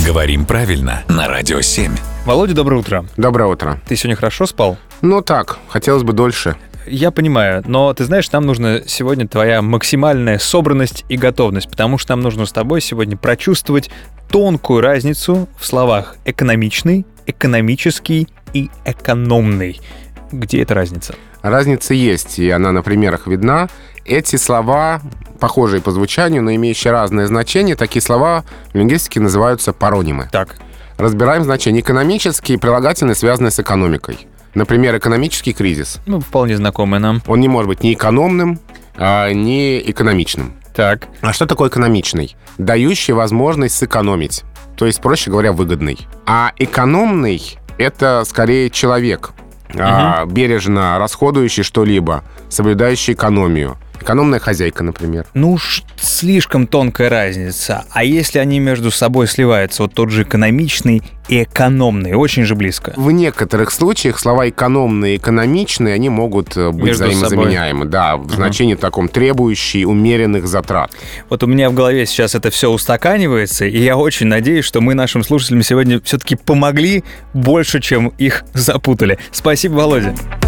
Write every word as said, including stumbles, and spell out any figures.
Говорим правильно на Радио семь. Володя, доброе утро. Доброе утро. Ты сегодня хорошо спал? Ну так, хотелось бы дольше. Я понимаю, но ты знаешь, нам нужна сегодня твоя максимальная собранность и готовность, потому что нам нужно с тобой сегодня прочувствовать тонкую разницу в словах экономичный, экономический и экономный. Где эта разница? Разница есть, и она на примерах видна. Эти слова, похожие по звучанию, но имеющие разное значение, такие слова в лингвистике называются паронимы. Так. Разбираем значение. Экономический и прилагательные, связанные с экономикой. Например, экономический кризис. Ну, вполне знакомый нам. Он не может быть ни экономным, а, ни экономичным. Так. А что такое экономичный? Дающий возможность сэкономить. То есть, проще говоря, выгодный. А экономный — это скорее человек, угу. а, бережно расходующий что-либо, соблюдающий экономию. Экономная хозяйка, например. Ну уж слишком тонкая разница. А если они между собой сливаются, вот тот же экономичный и экономный, очень же близко. В некоторых случаях слова экономные и экономичные, они могут быть между взаимозаменяемы. Собой. Да, в uh-huh. значении таком требующий умеренных затрат. Вот у меня в голове сейчас это все устаканивается, и я очень надеюсь, что мы нашим слушателям сегодня все-таки помогли больше, чем их запутали. Спасибо, Володя.